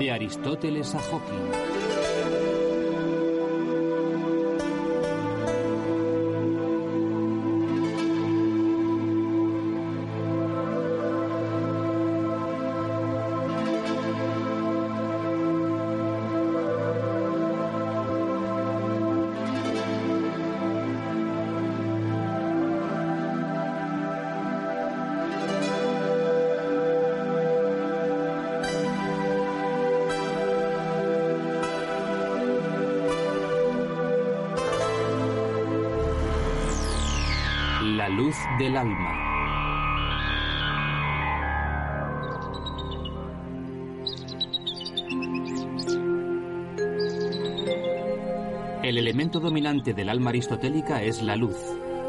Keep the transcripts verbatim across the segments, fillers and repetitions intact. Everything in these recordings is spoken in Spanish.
De Aristóteles a Hawking. La luz del alma. El elemento dominante del alma aristotélica es la luz.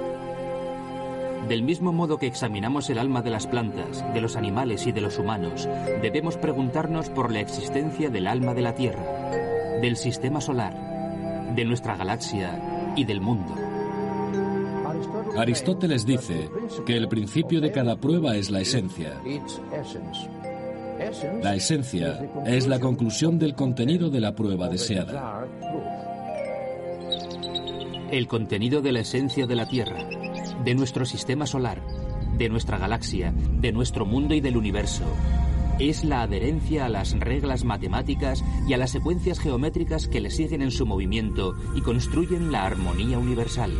Del mismo modo que examinamos el alma de las plantas, de los animales y de los humanos, debemos preguntarnos por la existencia del alma de la Tierra, del sistema solar, de nuestra galaxia y del mundo. Aristóteles dice que el principio de cada prueba es la esencia. La esencia es la conclusión del contenido de la prueba deseada. El contenido de la esencia de la Tierra, de nuestro sistema solar, de nuestra galaxia, de nuestro mundo y del universo, es la adherencia a las reglas matemáticas y a las secuencias geométricas que le siguen en su movimiento y construyen la armonía universal.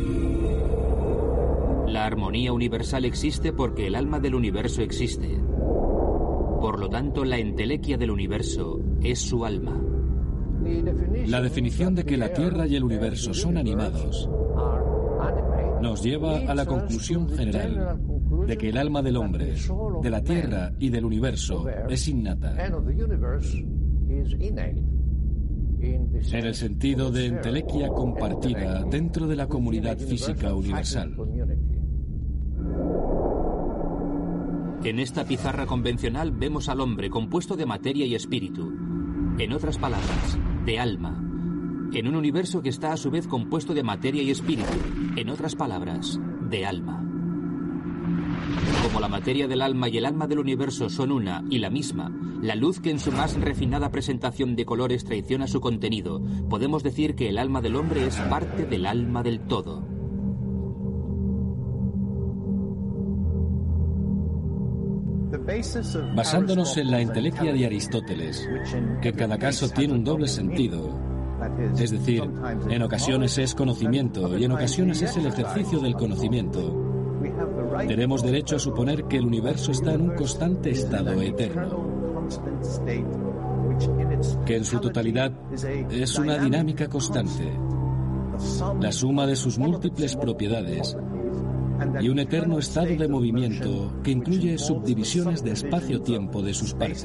La armonía universal existe porque el alma del universo existe. Por lo tanto, la entelequia del universo es su alma. La definición de que la Tierra y el universo son animados nos lleva a la conclusión general de que el alma del hombre, de la Tierra y del universo es innata, en el sentido de entelequia compartida dentro de la comunidad física universal. En esta pizarra convencional vemos al hombre compuesto de materia y espíritu. En otras palabras, de alma. En un universo que está a su vez compuesto de materia y espíritu. En otras palabras, de alma. Como la materia del alma y el alma del universo son una y la misma, la luz que en su más refinada presentación de colores traiciona su contenido, podemos decir que el alma del hombre es parte del alma del todo. Basándonos en la entelequia de Aristóteles, que en cada caso tiene un doble sentido, es decir, en ocasiones es conocimiento y en ocasiones es el ejercicio del conocimiento, tenemos derecho a suponer que el universo está en un constante estado eterno, que en su totalidad es una dinámica constante, la suma de sus múltiples propiedades, y un eterno estado de movimiento que incluye subdivisiones de espacio-tiempo de sus partes.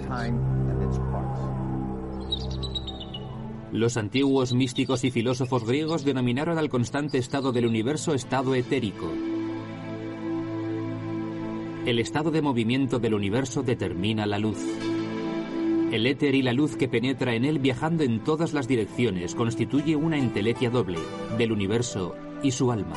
Los antiguos místicos y filósofos griegos denominaron al constante estado del universo estado etérico. El estado de movimiento del universo determina la luz. El éter y la luz que penetra en él viajando en todas las direcciones constituye una entelequia doble del universo y su alma.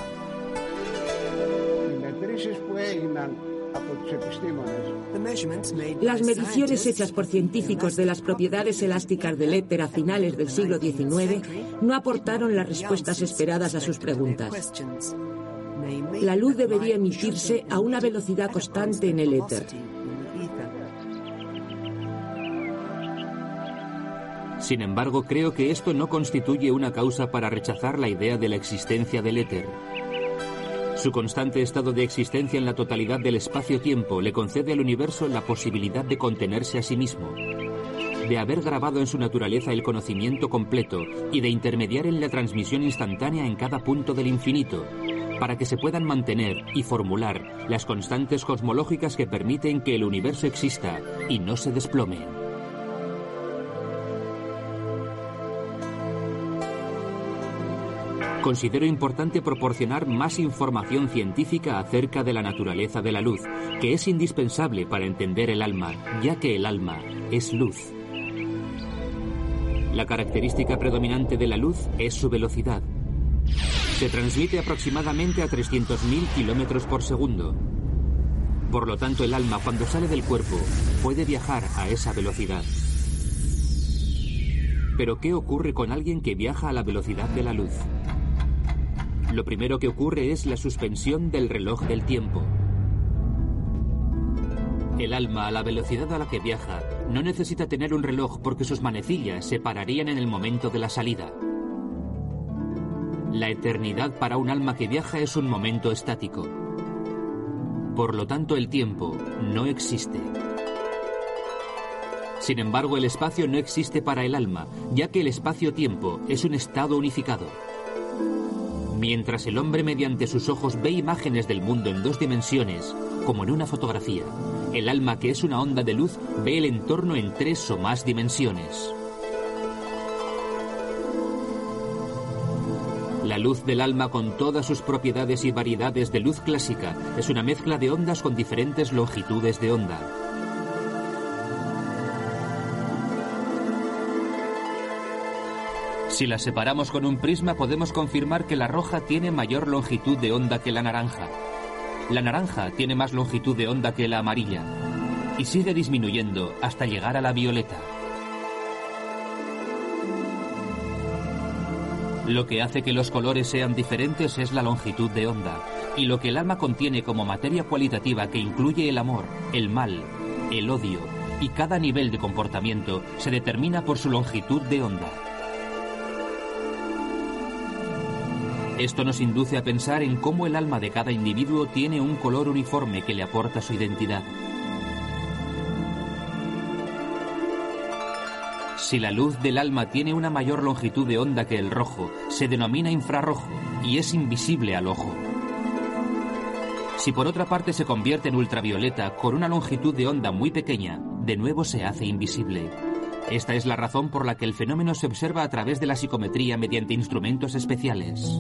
Las mediciones hechas por científicos de las propiedades elásticas del éter a finales del siglo diecinueve no aportaron las respuestas esperadas a sus preguntas. La luz debería emitirse a una velocidad constante en el éter. Sin embargo, creo que esto no constituye una causa para rechazar la idea de la existencia del éter. Su constante estado de existencia en la totalidad del espacio-tiempo le concede al universo la posibilidad de contenerse a sí mismo, de haber grabado en su naturaleza el conocimiento completo y de intermediar en la transmisión instantánea en cada punto del infinito, para que se puedan mantener y formular las constantes cosmológicas que permiten que el universo exista y no se desplome. Considero importante proporcionar más información científica acerca de la naturaleza de la luz, que es indispensable para entender el alma, ya que el alma es luz. La característica predominante de la luz es su velocidad. Se transmite aproximadamente a trescientos mil kilómetros por segundo. Por lo tanto, el alma, cuando sale del cuerpo, puede viajar a esa velocidad. Pero ¿qué ocurre con alguien que viaja a la velocidad de la luz? Lo primero que ocurre es la suspensión del reloj del tiempo. El alma, a la velocidad a la que viaja, no necesita tener un reloj porque sus manecillas se pararían en el momento de la salida. La eternidad para un alma que viaja es un momento estático. Por lo tanto, el tiempo no existe. Sin embargo, el espacio no existe para el alma, ya que el espacio-tiempo es un estado unificado. Mientras el hombre mediante sus ojos ve imágenes del mundo en dos dimensiones, como en una fotografía, el alma, que es una onda de luz, ve el entorno en tres o más dimensiones. La luz del alma, con todas sus propiedades y variedades de luz clásica, es una mezcla de ondas con diferentes longitudes de onda. Si las separamos con un prisma, podemos confirmar que la roja tiene mayor longitud de onda que la naranja. La naranja tiene más longitud de onda que la amarilla, y sigue disminuyendo hasta llegar a la violeta. Lo que hace que los colores sean diferentes es la longitud de onda, y lo que el alma contiene como materia cualitativa, que incluye el amor, el mal, el odio y cada nivel de comportamiento, se determina por su longitud de onda. Esto nos induce a pensar en cómo el alma de cada individuo tiene un color uniforme que le aporta su identidad. Si la luz del alma tiene una mayor longitud de onda que el rojo, se denomina infrarrojo y es invisible al ojo. Si por otra parte se convierte en ultravioleta con una longitud de onda muy pequeña, de nuevo se hace invisible. Esta es la razón por la que el fenómeno se observa a través de la psicometría mediante instrumentos especiales.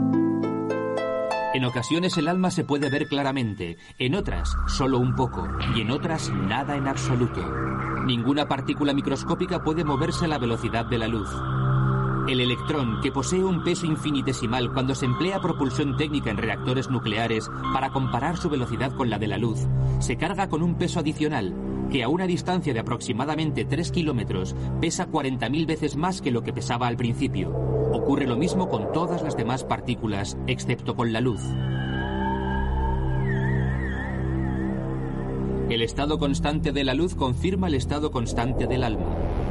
En ocasiones el alma se puede ver claramente, en otras solo un poco y en otras nada en absoluto. Ninguna partícula microscópica puede moverse a la velocidad de la luz. El electrón, que posee un peso infinitesimal cuando se emplea propulsión técnica en reactores nucleares para comparar su velocidad con la de la luz, se carga con un peso adicional, que a una distancia de aproximadamente tres kilómetros pesa cuarenta mil veces más que lo que pesaba al principio. Ocurre lo mismo con todas las demás partículas, excepto con la luz. El estado constante de la luz confirma el estado constante del alma.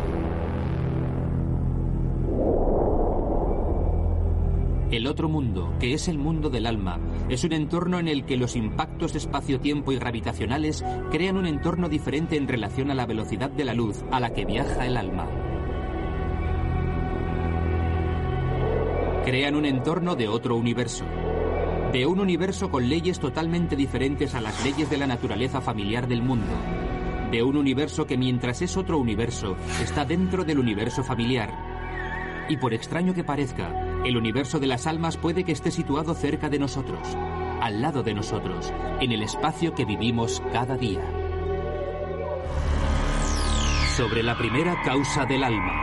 El otro mundo, que es el mundo del alma, es un entorno en el que los impactos espacio-tiempo y gravitacionales crean un entorno diferente en relación a la velocidad de la luz a la que viaja el alma. Crean un entorno de otro universo. De un universo con leyes totalmente diferentes a las leyes de la naturaleza familiar del mundo. De un universo que, mientras es otro universo, está dentro del universo familiar. Y por extraño que parezca, el universo de las almas puede que esté situado cerca de nosotros, al lado de nosotros, en el espacio que vivimos cada día. Sobre la primera causa del alma.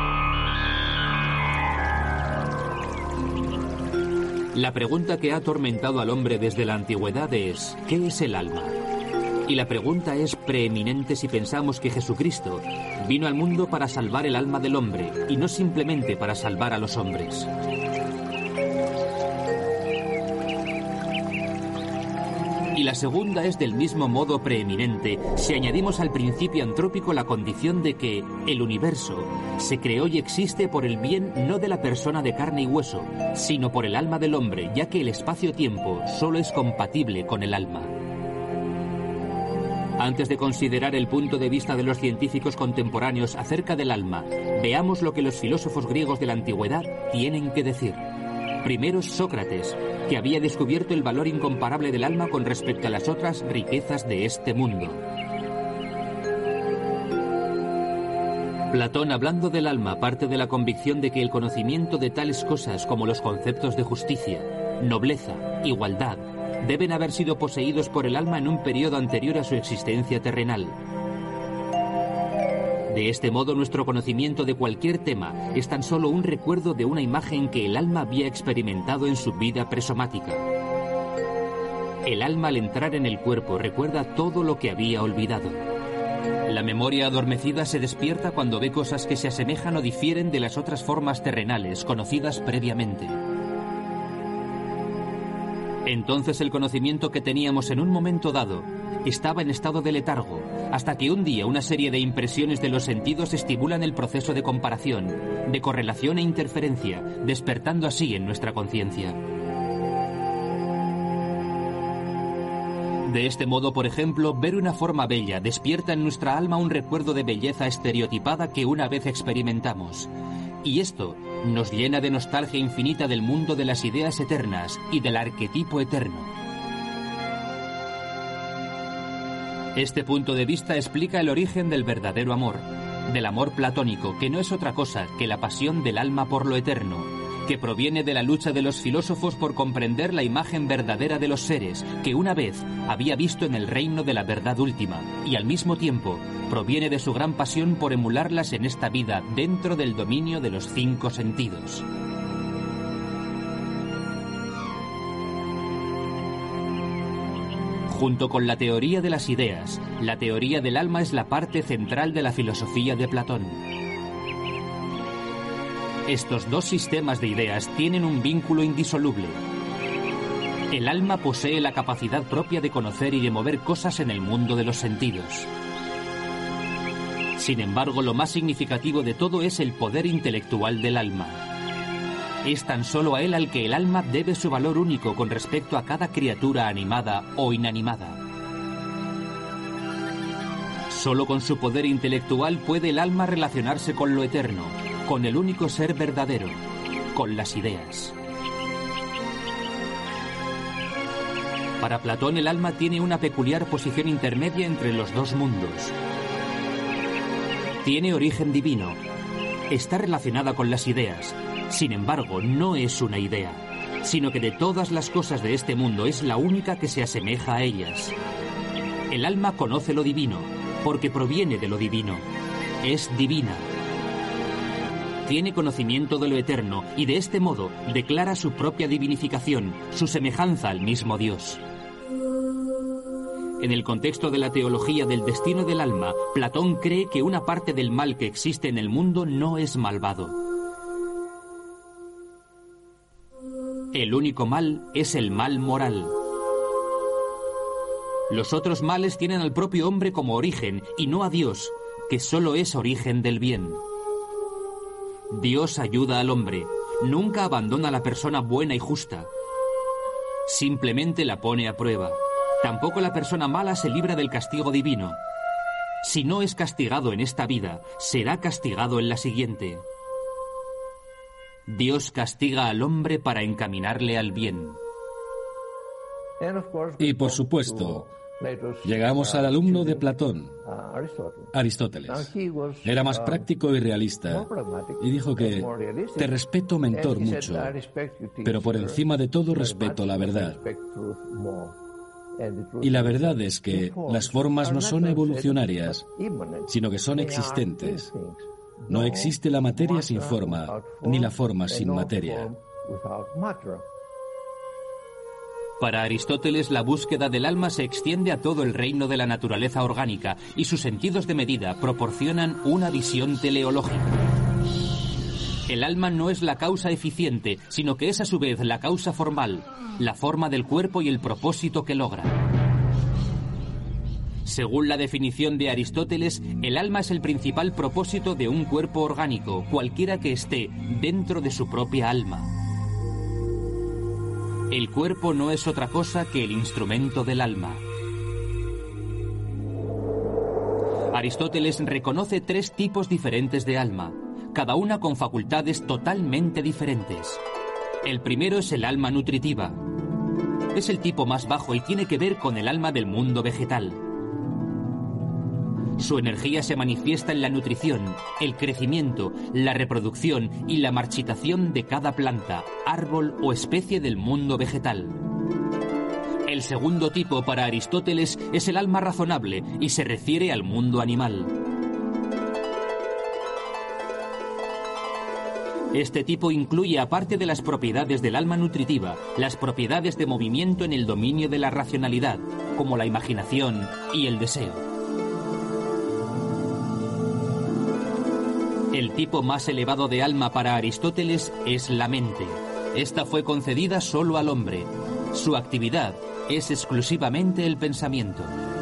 La pregunta que ha atormentado al hombre desde la antigüedad es: ¿qué es el alma? Y la pregunta es preeminente si pensamos que Jesucristo vino al mundo para salvar el alma del hombre y no simplemente para salvar a los hombres. Y la segunda es del mismo modo preeminente si añadimos al principio antrópico la condición de que el universo se creó y existe por el bien no de la persona de carne y hueso, sino por el alma del hombre, ya que el espacio-tiempo solo es compatible con el alma. Antes de considerar el punto de vista de los científicos contemporáneos acerca del alma, veamos lo que los filósofos griegos de la antigüedad tienen que decir. Primero, Sócrates, que había descubierto el valor incomparable del alma con respecto a las otras riquezas de este mundo. Platón, hablando del alma, parte de la convicción de que el conocimiento de tales cosas como los conceptos de justicia, nobleza, igualdad, deben haber sido poseídos por el alma en un periodo anterior a su existencia terrenal. De este modo, nuestro conocimiento de cualquier tema es tan solo un recuerdo de una imagen que el alma había experimentado en su vida presomática. El alma, al entrar en el cuerpo, recuerda todo lo que había olvidado. La memoria adormecida se despierta cuando ve cosas que se asemejan o difieren de las otras formas terrenales conocidas previamente. Entonces el conocimiento que teníamos en un momento dado estaba en estado de letargo, hasta que un día una serie de impresiones de los sentidos estimulan el proceso de comparación, de correlación e interferencia, despertando así en nuestra conciencia. De este modo, por ejemplo, ver una forma bella despierta en nuestra alma un recuerdo de belleza estereotipada que una vez experimentamos. Y esto nos llena de nostalgia infinita del mundo de las ideas eternas y del arquetipo eterno. Este punto de vista explica el origen del verdadero amor, del amor platónico, que no es otra cosa que la pasión del alma por lo eterno, que proviene de la lucha de los filósofos por comprender la imagen verdadera de los seres que una vez había visto en el reino de la verdad última, y al mismo tiempo proviene de su gran pasión por emularlas en esta vida dentro del dominio de los cinco sentidos. Junto con la teoría de las ideas, la teoría del alma es la parte central de la filosofía de Platón. Estos dos sistemas de ideas tienen un vínculo indisoluble. El alma posee la capacidad propia de conocer y de mover cosas en el mundo de los sentidos. Sin embargo, lo más significativo de todo es el poder intelectual del alma. Es tan solo a él al que el alma debe su valor único con respecto a cada criatura animada o inanimada. Solo con su poder intelectual puede el alma relacionarse con lo eterno, con el único ser verdadero, con las ideas. Para Platón, el alma tiene una peculiar posición intermedia entre los dos mundos. Tiene origen divino, está relacionada con las ideas. Sin embargo, no es una idea, sino que de todas las cosas de este mundo es la única que se asemeja a ellas. El alma conoce lo divino, porque proviene de lo divino. Es divina. Tiene conocimiento de lo eterno y de este modo declara su propia divinificación, su semejanza al mismo Dios. En el contexto de la teología del destino del alma, Platón cree que una parte del mal que existe en el mundo no es malvado. El único mal es el mal moral. Los otros males tienen al propio hombre como origen y no a Dios, que solo es origen del bien. Dios ayuda al hombre, nunca abandona a la persona buena y justa. Simplemente la pone a prueba. Tampoco la persona mala se libra del castigo divino. Si no es castigado en esta vida, será castigado en la siguiente. Dios castiga al hombre para encaminarle al bien. Y por supuesto, llegamos al alumno de Platón, Aristóteles. Era más práctico y realista y dijo que te respeto, mentor, mucho, pero por encima de todo respeto la verdad. Y la verdad es que las formas no son evolucionarias, sino que son existentes. No existe la materia sin forma, ni la forma sin materia. Para Aristóteles, la búsqueda del alma se extiende a todo el reino de la naturaleza orgánica y sus sentidos de medida proporcionan una visión teleológica. El alma no es la causa eficiente, sino que es a su vez la causa formal, la forma del cuerpo y el propósito que logra. Según la definición de Aristóteles, el alma es el principal propósito de un cuerpo orgánico, cualquiera que esté dentro de su propia alma. El cuerpo no es otra cosa que el instrumento del alma. Aristóteles reconoce tres tipos diferentes de alma, cada una con facultades totalmente diferentes. El primero es el alma nutritiva. Es el tipo más bajo y tiene que ver con el alma del mundo vegetal. Su energía se manifiesta en la nutrición, el crecimiento, la reproducción y la marchitación de cada planta, árbol o especie del mundo vegetal. El segundo tipo para Aristóteles es el alma razonable y se refiere al mundo animal. Este tipo incluye, aparte de las propiedades del alma nutritiva, las propiedades de movimiento en el dominio de la racionalidad, como la imaginación y el deseo. El tipo más elevado de alma para Aristóteles es la mente. Esta fue concedida solo al hombre. Su actividad es exclusivamente el pensamiento.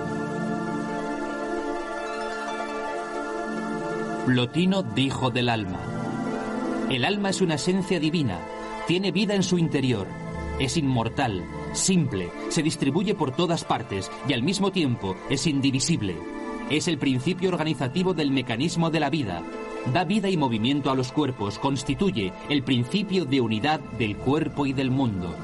Plotino dijo del alma: el alma es una esencia divina, tiene vida en su interior, es inmortal, simple, se distribuye por todas partes y al mismo tiempo es indivisible. Es el principio organizativo del mecanismo de la vida. Da vida y movimiento a los cuerpos, constituye el principio de unidad del cuerpo y del mundo.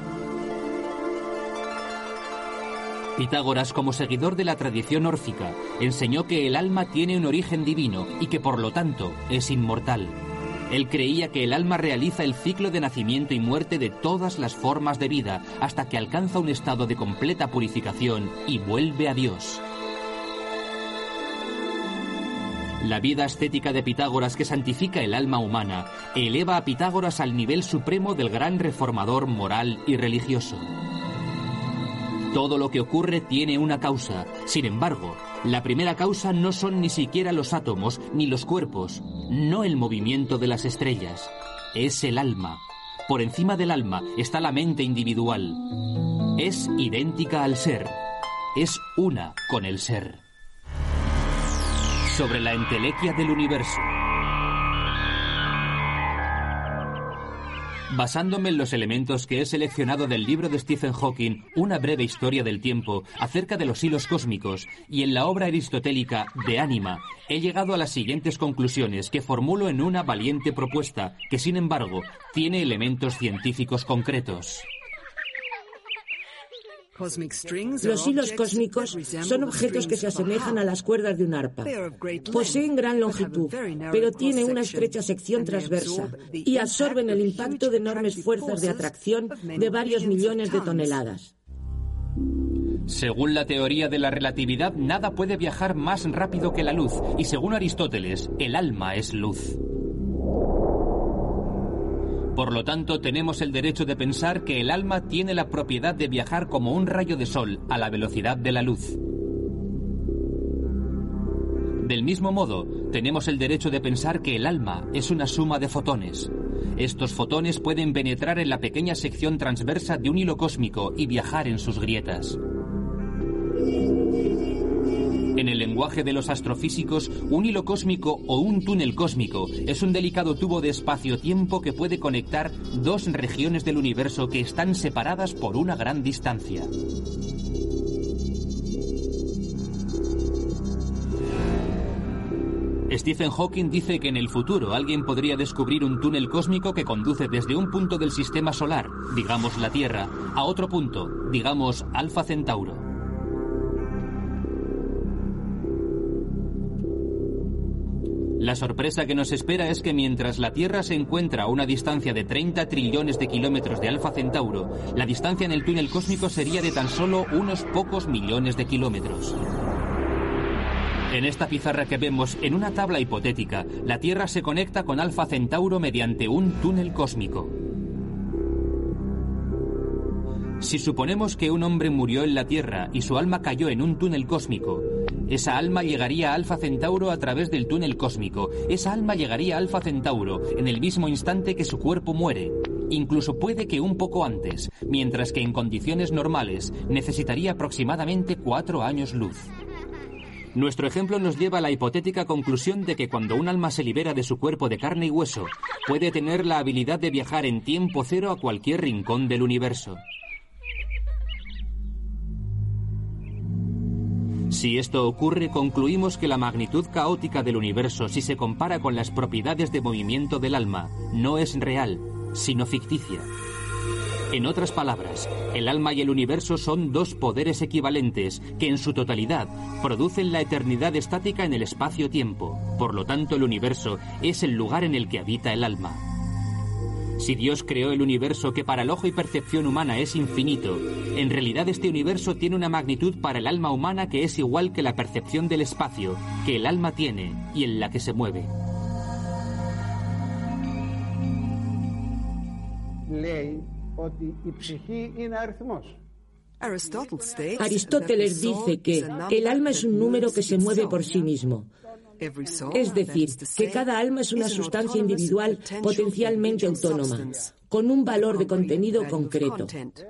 Pitágoras, como seguidor de la tradición órfica, enseñó que el alma tiene un origen divino y que por lo tanto es inmortal. Él creía que el alma realiza el ciclo de nacimiento y muerte de todas las formas de vida hasta que alcanza un estado de completa purificación y vuelve a Dios. La vida ascética de Pitágoras, que santifica el alma humana, eleva a Pitágoras al nivel supremo del gran reformador moral y religioso. Todo lo que ocurre tiene una causa. Sin embargo, la primera causa no son ni siquiera los átomos ni los cuerpos, no el movimiento de las estrellas. Es el alma. Por encima del alma está la mente individual. Es idéntica al ser. Es una con el ser. Sobre la entelequia del universo. Basándome en los elementos que he seleccionado del libro de Stephen Hawking, Una breve historia del tiempo, acerca de los hilos cósmicos, y en la obra aristotélica De Anima, he llegado a las siguientes conclusiones que formulo en una valiente propuesta, que sin embargo, tiene elementos científicos concretos. Los hilos cósmicos son objetos que se asemejan a las cuerdas de un arpa. Poseen gran longitud, pero tienen una estrecha sección transversa y absorben el impacto de enormes fuerzas de atracción de varios millones de toneladas. Según la teoría de la relatividad, nada puede viajar más rápido que la luz, y según Aristóteles, el alma es luz. Por lo tanto, tenemos el derecho de pensar que el alma tiene la propiedad de viajar como un rayo de sol a la velocidad de la luz. Del mismo modo, tenemos el derecho de pensar que el alma es una suma de fotones. Estos fotones pueden penetrar en la pequeña sección transversa de un hilo cósmico y viajar en sus grietas. En el lenguaje de los astrofísicos, un hilo cósmico o un túnel cósmico es un delicado tubo de espacio-tiempo que puede conectar dos regiones del universo que están separadas por una gran distancia. Stephen Hawking dice que en el futuro alguien podría descubrir un túnel cósmico que conduce desde un punto del sistema solar, digamos la Tierra, a otro punto, digamos Alfa Centauro. La sorpresa que nos espera es que mientras la Tierra se encuentra a una distancia de treinta trillones de kilómetros de Alfa Centauro, la distancia en el túnel cósmico sería de tan solo unos pocos millones de kilómetros. En esta pizarra que vemos en una tabla hipotética, la Tierra se conecta con Alfa Centauro mediante un túnel cósmico. Si suponemos que un hombre murió en la Tierra y su alma cayó en un túnel cósmico, esa alma llegaría a Alfa Centauro a través del túnel cósmico. Esa alma llegaría a Alfa Centauro en el mismo instante que su cuerpo muere. Incluso puede que un poco antes, mientras que en condiciones normales necesitaría aproximadamente cuatro años luz. Nuestro ejemplo nos lleva a la hipotética conclusión de que cuando un alma se libera de su cuerpo de carne y hueso, puede tener la habilidad de viajar en tiempo cero a cualquier rincón del universo. Si esto ocurre, concluimos que la magnitud caótica del universo, si se compara con las propiedades de movimiento del alma, no es real, sino ficticia. En otras palabras, el alma y el universo son dos poderes equivalentes que en su totalidad producen la eternidad estática en el espacio-tiempo. Por lo tanto, el universo es el lugar en el que habita el alma. Si Dios creó el universo, que para el ojo y percepción humana es infinito, en realidad este universo tiene una magnitud para el alma humana que es igual que la percepción del espacio que el alma tiene y en la que se mueve. Aristóteles dice que el alma es un número que se mueve por sí mismo. Es decir, que cada alma es una sustancia individual potencialmente autónoma, con un valor de contenido concreto.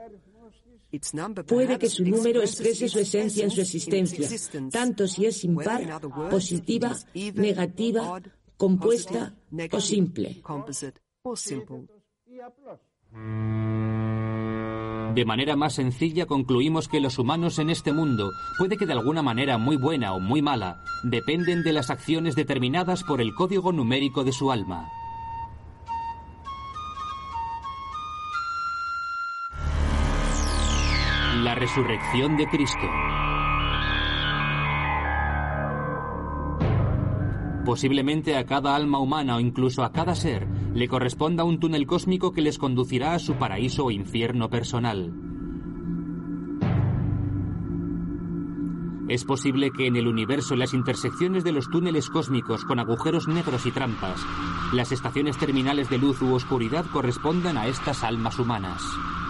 Puede que su número exprese su esencia en su existencia, tanto si es impar, positiva, negativa, compuesta o simple. De manera más sencilla concluimos que los humanos en este mundo, puede que de alguna manera muy buena o muy mala, dependen de las acciones determinadas por el código numérico de su alma. La resurrección de Cristo. Posiblemente a cada alma humana o incluso a cada ser le corresponda un túnel cósmico que les conducirá a su paraíso o infierno personal. Es posible que en el universo las intersecciones de los túneles cósmicos con agujeros negros y trampas, las estaciones terminales de luz u oscuridad correspondan a estas almas humanas.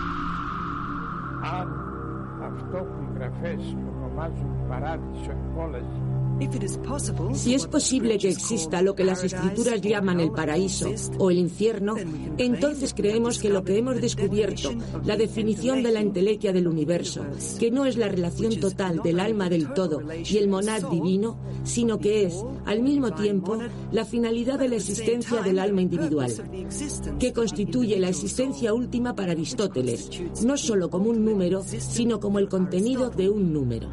Si es posible que exista lo que las escrituras llaman el paraíso o el infierno, entonces creemos que lo que hemos descubierto, la definición de la entelequia del universo, que no es la relación total del alma del todo y el monad divino, sino que es, al mismo tiempo, la finalidad de la existencia del alma individual, que constituye la existencia última para Aristóteles, no solo como un número, sino como el contenido de un número.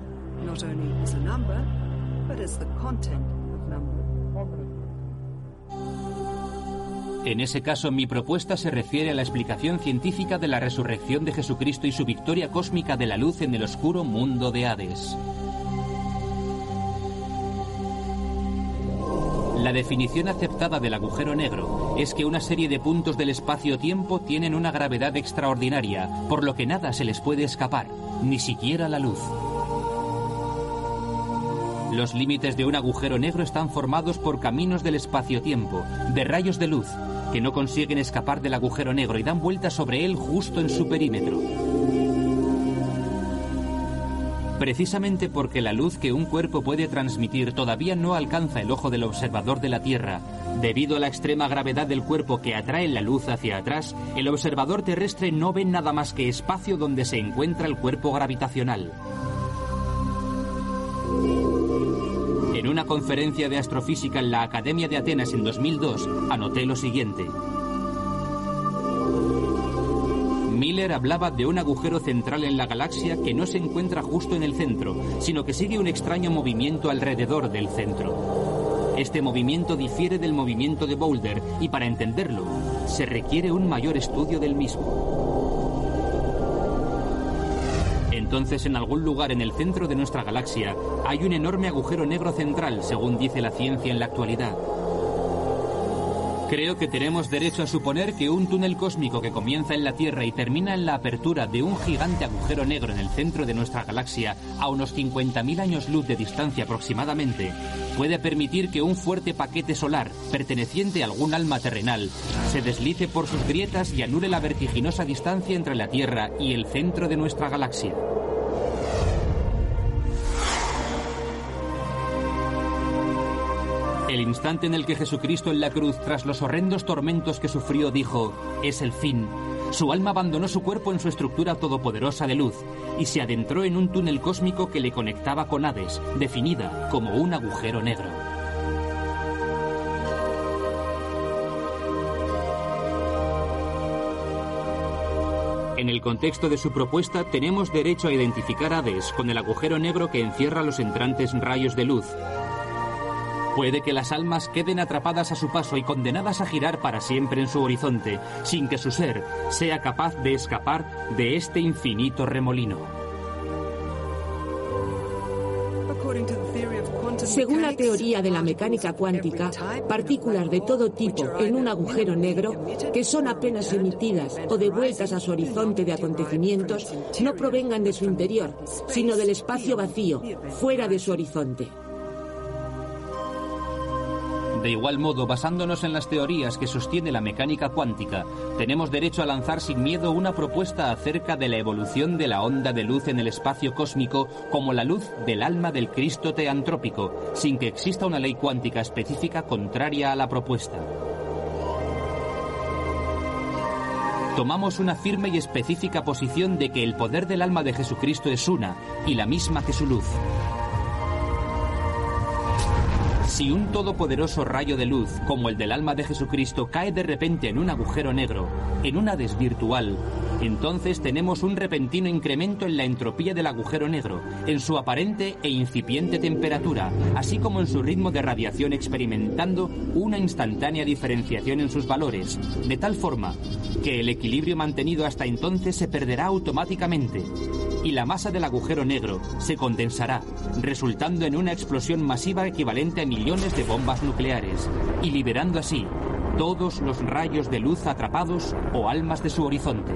En ese caso, mi propuesta se refiere a la explicación científica de la resurrección de Jesucristo y su victoria cósmica de la luz en el oscuro mundo de Hades. La definición aceptada del agujero negro es que una serie de puntos del espacio-tiempo tienen una gravedad extraordinaria, por lo que nada se les puede escapar, ni siquiera la luz. Los límites de un agujero negro están formados por caminos del espacio-tiempo, de rayos de luz, que no consiguen escapar del agujero negro y dan vueltas sobre él justo en su perímetro. Precisamente porque la luz que un cuerpo puede transmitir todavía no alcanza el ojo del observador de la Tierra, debido a la extrema gravedad del cuerpo que atrae la luz hacia atrás, el observador terrestre no ve nada más que espacio donde se encuentra el cuerpo gravitacional. En una conferencia de astrofísica en la Academia de Atenas en dos mil dos, anoté lo siguiente. Miller hablaba de un agujero central en la galaxia que no se encuentra justo en el centro, sino que sigue un extraño movimiento alrededor del centro. Este movimiento difiere del movimiento de Boulder y para entenderlo se requiere un mayor estudio del mismo. Entonces, en algún lugar en el centro de nuestra galaxia hay un enorme agujero negro central, según dice la ciencia en la actualidad. Creo que tenemos derecho a suponer que un túnel cósmico que comienza en la Tierra y termina en la apertura de un gigante agujero negro en el centro de nuestra galaxia, a unos cincuenta mil años luz de distancia aproximadamente, puede permitir que un fuerte paquete solar, perteneciente a algún alma terrenal, se deslice por sus grietas y anule la vertiginosa distancia entre la Tierra y el centro de nuestra galaxia. El instante en el que Jesucristo en la cruz, tras los horrendos tormentos que sufrió, dijo, «Es el fin», su alma abandonó su cuerpo en su estructura todopoderosa de luz y se adentró en un túnel cósmico que le conectaba con Hades, definida como un agujero negro. En el contexto de su propuesta, tenemos derecho a identificar Hades con el agujero negro que encierra los entrantes rayos de luz. Puede que las almas queden atrapadas a su paso y condenadas a girar para siempre en su horizonte, sin que su ser sea capaz de escapar de este infinito remolino. Según la teoría de la mecánica cuántica, partículas de todo tipo en un agujero negro, que son apenas emitidas o devueltas a su horizonte de acontecimientos, no provengan de su interior, sino del espacio vacío, fuera de su horizonte. De igual modo, basándonos en las teorías que sostiene la mecánica cuántica, tenemos derecho a lanzar sin miedo una propuesta acerca de la evolución de la onda de luz en el espacio cósmico como la luz del alma del Cristo teantrópico, sin que exista una ley cuántica específica contraria a la propuesta. Tomamos una firme y específica posición de que el poder del alma de Jesucristo es una y la misma que su luz. Si un todopoderoso rayo de luz, como el del alma de Jesucristo, cae de repente en un agujero negro, en una desvirtual, entonces tenemos un repentino incremento en la entropía del agujero negro, en su aparente e incipiente temperatura, así como en su ritmo de radiación, experimentando una instantánea diferenciación en sus valores, de tal forma que el equilibrio mantenido hasta entonces se perderá automáticamente y la masa del agujero negro se condensará, resultando en una explosión masiva equivalente a millones de bombas nucleares, y liberando así todos los rayos de luz atrapados o almas de su horizonte.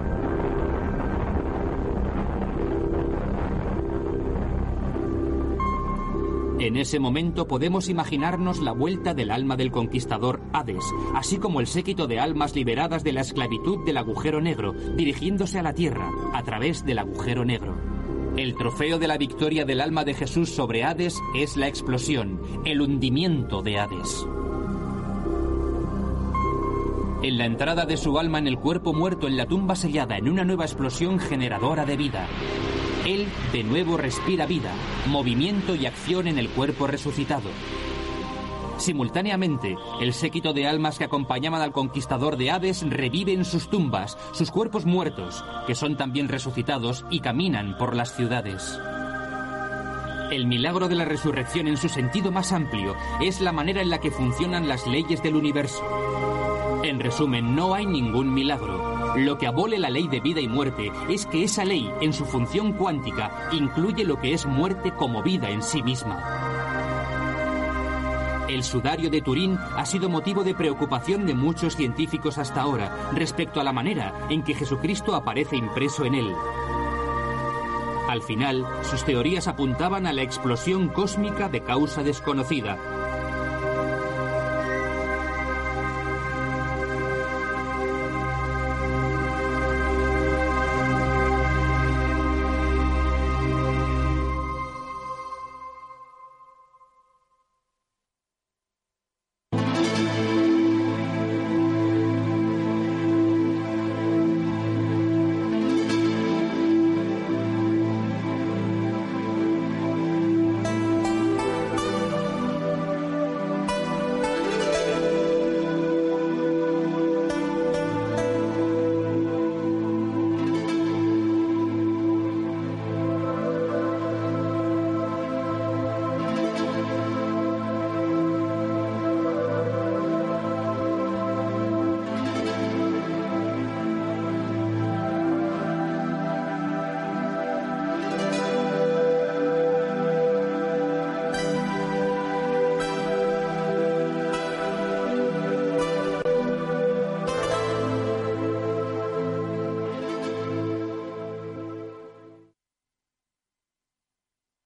En ese momento podemos imaginarnos la vuelta del alma del conquistador Hades, así como el séquito de almas liberadas de la esclavitud del agujero negro, dirigiéndose a la Tierra a través del agujero negro. El trofeo de la victoria del alma de Jesús sobre Hades es la explosión, el hundimiento de Hades. En la entrada de su alma en el cuerpo muerto en la tumba sellada en una nueva explosión generadora de vida. Él de nuevo respira vida, movimiento y acción en el cuerpo resucitado. Simultáneamente, el séquito de almas que acompañaban al conquistador de Hades revive en sus tumbas, sus cuerpos muertos, que son también resucitados y caminan por las ciudades. El milagro de la resurrección en su sentido más amplio es la manera en la que funcionan las leyes del universo. En resumen, no hay ningún milagro. Lo que abole la ley de vida y muerte es que esa ley, en su función cuántica, incluye lo que es muerte como vida en sí misma. El sudario de Turín ha sido motivo de preocupación de muchos científicos hasta ahora respecto a la manera en que Jesucristo aparece impreso en él. Al final, sus teorías apuntaban a la explosión cósmica de causa desconocida,